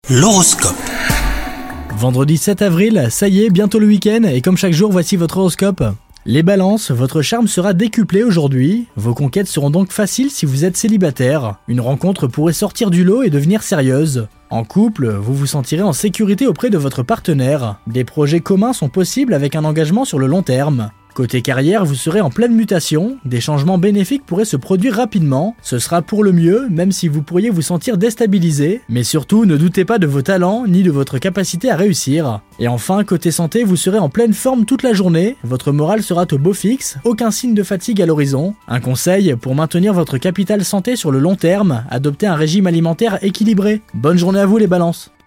L'horoscope. Vendredi 7 avril, ça y est, bientôt le week-end, et comme chaque jour, voici votre horoscope. Les balances, votre charme sera décuplé aujourd'hui. Vos conquêtes seront donc faciles si vous êtes célibataire. Une rencontre pourrait sortir du lot et devenir sérieuse. En couple, vous vous sentirez en sécurité auprès de votre partenaire. Des projets communs sont possibles avec un engagement sur le long terme. Côté carrière, vous serez en pleine mutation, des changements bénéfiques pourraient se produire rapidement, ce sera pour le mieux, même si vous pourriez vous sentir déstabilisé, mais surtout ne doutez pas de vos talents ni de votre capacité à réussir. Et enfin, côté santé, vous serez en pleine forme toute la journée, votre morale sera au beau fixe, aucun signe de fatigue à l'horizon. Un conseil, pour maintenir votre capital santé sur le long terme, adoptez un régime alimentaire équilibré. Bonne journée à vous les balances.